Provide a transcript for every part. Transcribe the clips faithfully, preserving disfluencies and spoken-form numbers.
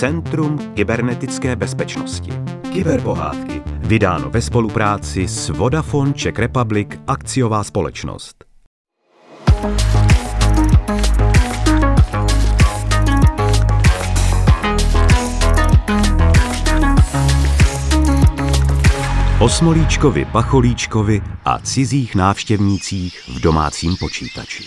Centrum kybernetické bezpečnosti. Kyberpohádky. Vydáno ve spolupráci s Vodafone Czech Republic, akciová společnost. O Smolíčkovi, Pacholíčkovi a cizích návštěvnících v domácím počítači.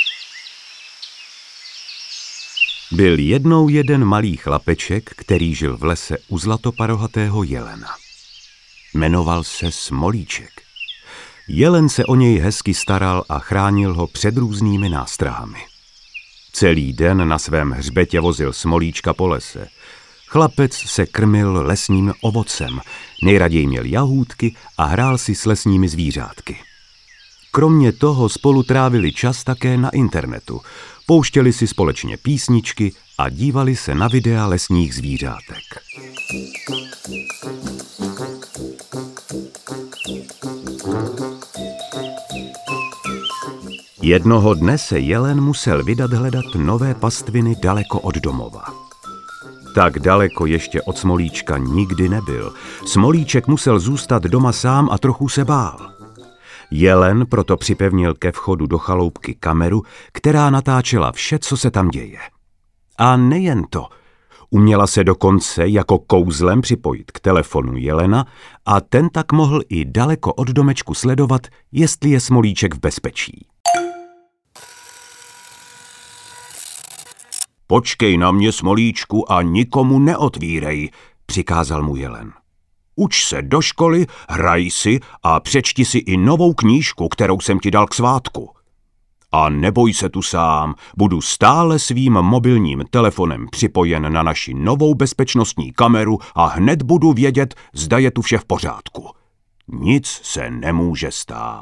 Byl jednou jeden malý chlapeček, který žil v lese u zlatoparohatého jelena. Jmenoval se Smolíček. Jelen se o něj hezky staral a chránil ho před různými nástrahami. Celý den na svém hřbetě vozil Smolíčka po lese. Chlapec se krmil lesním ovocem, nejraději měl jahůdky a hrál si s lesními zvířátky. Kromě toho spolu trávili čas také na internetu, pouštěli si společně písničky a dívali se na videa lesních zvířátek. Jednoho dne se jelen musel vydat hledat nové pastviny daleko od domova. Tak daleko ještě od Smolíčka nikdy nebyl. Smolíček musel zůstat doma sám a trochu se bál. Jelen proto připevnil ke vchodu do chaloupky kameru, která natáčela vše, co se tam děje. A nejen to, uměla se dokonce jako kouzlem připojit k telefonu jelena a ten tak mohl i daleko od domečku sledovat, jestli je Smolíček v bezpečí. Počkej na mě, Smolíčku, a nikomu neotvírej, přikázal mu jelen. Uč se do školy, hraj si a přečti si i novou knížku, kterou jsem ti dal k svátku. A neboj se tu sám, budu stále svým mobilním telefonem připojen na naši novou bezpečnostní kameru a hned budu vědět, zda je tu vše v pořádku. Nic se nemůže stát.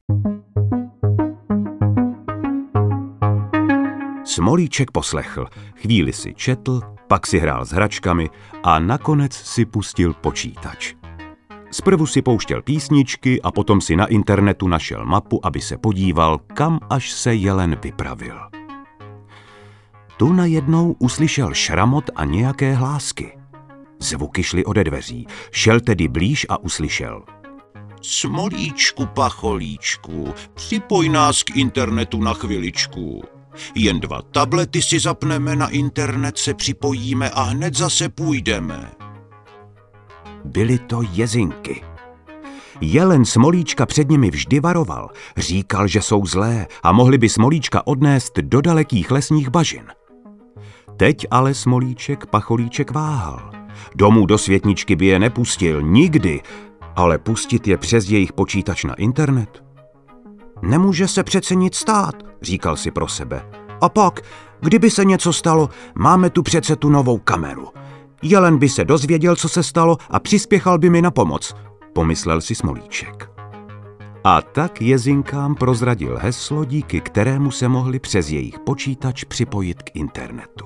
Smolíček poslechl, chvíli si četl, pak si hrál s hračkami a nakonec si pustil počítač. Zprvu si pouštěl písničky a potom si na internetu našel mapu, aby se podíval, kam až se jelen vypravil. Tu najednou uslyšel šramot a nějaké hlásky. Zvuky šly ode dveří, šel tedy blíž a uslyšel. Smolíčku, Pacholíčku, připoj nás k internetu na chviličku. Jen dva tablety si zapneme, na internet se připojíme a hned zase půjdeme. Byly to jezinky. Jelen Smolíčka před nimi vždy varoval, říkal, že jsou zlé a mohli by Smolíčka odnést do dalekých lesních bažin. Teď ale Smolíček, Pacholíček váhal. Domů do světničky by je nepustil nikdy, ale pustit je přes jejich počítač na internet? Nemůže se přece nic stát, říkal si pro sebe. A pak, kdyby se něco stalo, máme tu přece tu novou kameru. Jelen by se dozvěděl, co se stalo a přispěchal by mi na pomoc, pomyslel si Smolíček. A tak jezinkám prozradil heslo, díky kterému se mohli přes jejich počítač připojit k internetu.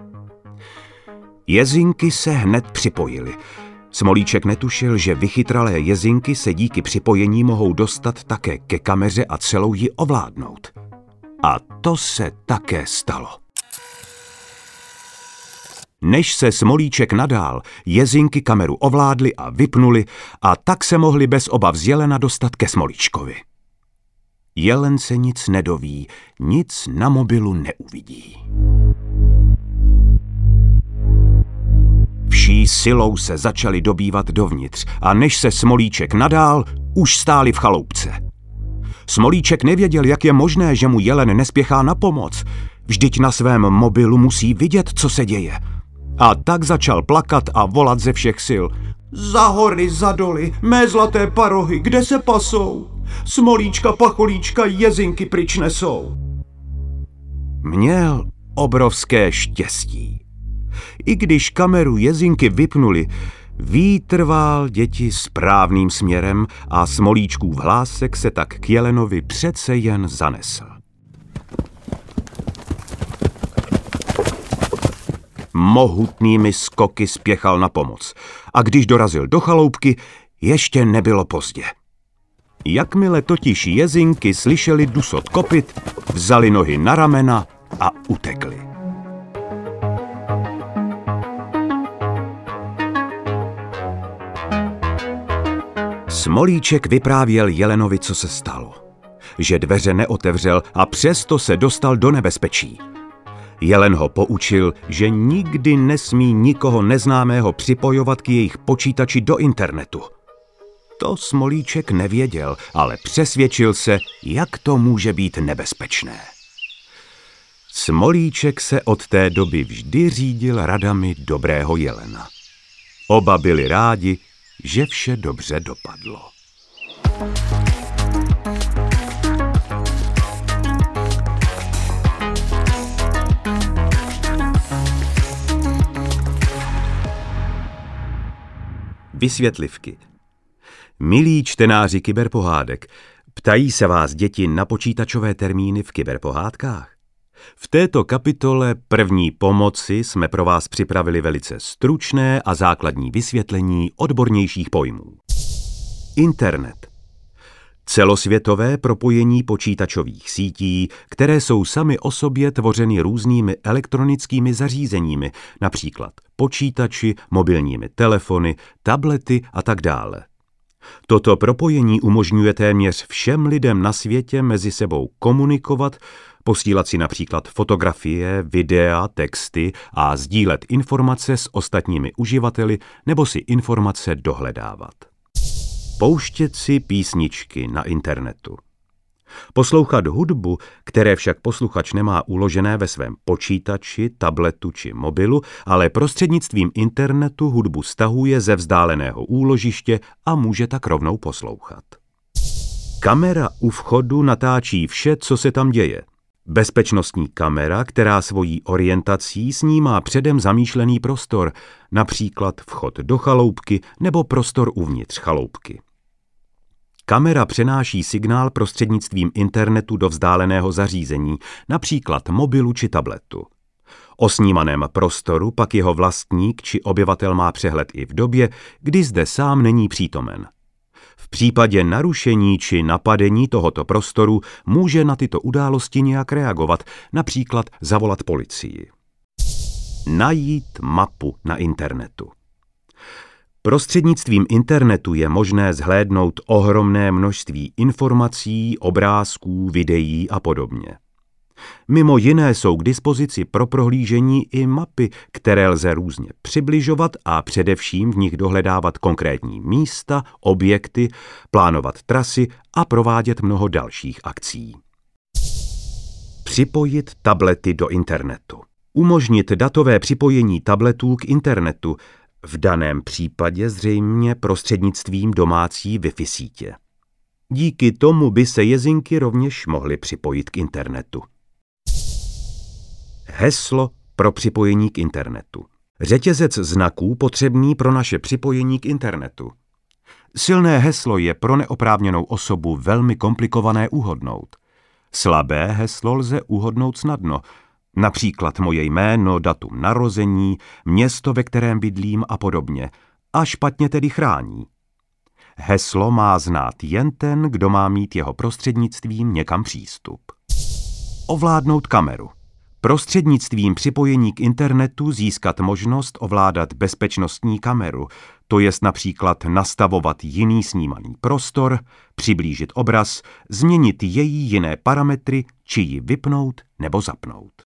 Jezinky se hned připojily. Smolíček netušil, že vychytralé jezinky se díky připojení mohou dostat také ke kameře a celou ji ovládnout. A to se také stalo. Než se Smolíček nadál, jezinky kameru ovládly a vypnuli a tak se mohli bez obav z jelena dostat ke Smolíčkovi. Jelen se nic nedoví, nic na mobilu neuvidí. Vší silou se začali dobývat dovnitř a než se Smolíček nadál, už stáli v chaloupce. Smolíček nevěděl, jak je možné, že mu jelen nespěchá na pomoc. Vždyť na svém mobilu musí vidět, co se děje. A tak začal plakat a volat ze všech sil. Za hory, za doly, mé zlaté parohy, kde se pasou? Smolíčka, Pacholíčka, jezinky pryč nesou. Měl obrovské štěstí. I když kameru jezinky vypnuli, vítr vál děti správným směrem a Smolíčkův hlásek se tak k jelenovi přece jen zanesl. Mohutnými skoky spěchal na pomoc a když dorazil do chaloupky, ještě nebylo pozdě. Jakmile totiž jezinky slyšeli dusot kopyt, vzali nohy na ramena a utekli. Smolíček vyprávěl jelenovi, co se stalo. Že dveře neotevřel a přesto se dostal do nebezpečí. Jelen ho poučil, že nikdy nesmí nikoho neznámého připojovat k jejich počítači do internetu. To Smolíček nevěděl, ale přesvědčil se, jak to může být nebezpečné. Smolíček se od té doby vždy řídil radami dobrého jelena. Oba byli rádi, že vše dobře dopadlo. Vysvětlivky. Milí čtenáři kyberpohádek, ptají se vás děti na počítačové termíny v kyberpohádkách? V této kapitole první pomoci jsme pro vás připravili velice stručné a základní vysvětlení odbornějších pojmů. Internet. Celosvětové propojení počítačových sítí, které jsou samy o sobě tvořeny různými elektronickými zařízeními, například počítači, mobilními telefony, tablety a tak dále. Toto propojení umožňuje téměř všem lidem na světě mezi sebou komunikovat, posílat si například fotografie, videa, texty a sdílet informace s ostatními uživateli nebo si informace dohledávat. Pouštět si písničky na internetu. Poslouchat hudbu, které však posluchač nemá uložené ve svém počítači, tabletu či mobilu, ale prostřednictvím internetu hudbu stahuje ze vzdáleného úložiště a může tak rovnou poslouchat. Kamera u vchodu natáčí vše, co se tam děje. Bezpečnostní kamera, která svojí orientací snímá předem zamýšlený prostor, například vchod do chaloupky nebo prostor uvnitř chaloupky. Kamera přenáší signál prostřednictvím internetu do vzdáleného zařízení, například mobilu či tabletu. O snímaném prostoru pak jeho vlastník či obyvatel má přehled i v době, kdy zde sám není přítomen. V případě narušení či napadení tohoto prostoru může na tyto události nějak reagovat, například zavolat policii. Najít mapu na internetu. Prostřednictvím internetu je možné zhlédnout ohromné množství informací, obrázků, videí a podobně. Mimo jiné jsou k dispozici pro prohlížení i mapy, které lze různě přibližovat a především v nich dohledávat konkrétní místa, objekty, plánovat trasy a provádět mnoho dalších akcí. Připojit tablety do internetu. Umožnit datové připojení tabletů k internetu, v daném případě zřejmě prostřednictvím domácí Wi-Fi sítě. Díky tomu by se jezinky rovněž mohly připojit k internetu. Heslo pro připojení k internetu. Řetězec znaků potřebný pro naše připojení k internetu. Silné heslo je pro neoprávněnou osobu velmi komplikované uhodnout. Slabé heslo lze uhodnout snadno, například moje jméno, datum narození, město, ve kterém bydlím a podobně, a špatně tedy chrání. Heslo má znát jen ten, kdo má mít jeho prostřednictvím někam přístup. Ovládnout kameru. Prostřednictvím připojení k internetu získat možnost ovládat bezpečnostní kameru, to jest například nastavovat jiný snímaný prostor, přiblížit obraz, změnit její jiné parametry či ji vypnout nebo zapnout.